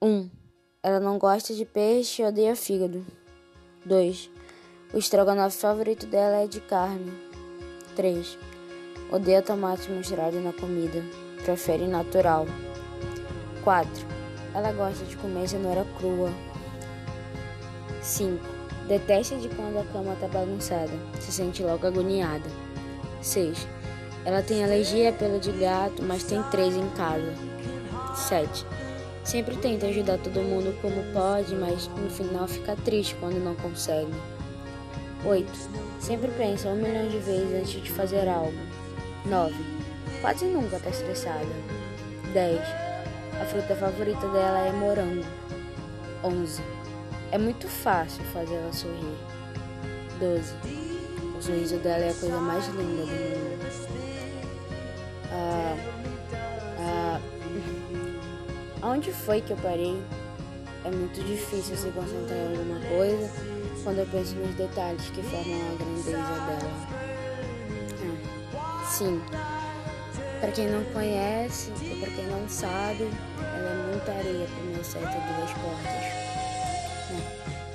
1. Ela não gosta de peixe e odeia fígado. 2. O estrogonofe favorito dela é de carne. 3. Odeia tomate misturado na comida. Prefere natural. 4. Ela gosta de comer cenoura crua. 5. Detesta de quando a cama tá bagunçada. Se sente logo agoniada. 6. Ela tem alergia a pelo de gato, mas tem 3 em casa. 7. Sempre tenta ajudar todo mundo como pode, mas no final fica triste quando não consegue. 8. Sempre pensa 1 milhão de vezes antes de fazer algo. 9. Quase nunca tá estressada. 10. A fruta favorita dela é morango. 11. É muito fácil fazer ela sorrir. 12. O sorriso dela é a coisa mais linda do mundo. Aonde foi que eu parei? É muito difícil se concentrar em alguma coisa quando eu penso nos detalhes que formam a grandeza dela. Sim, para quem não conhece e para quem não sabe, ela é muita areia para o meu set de 2 portas.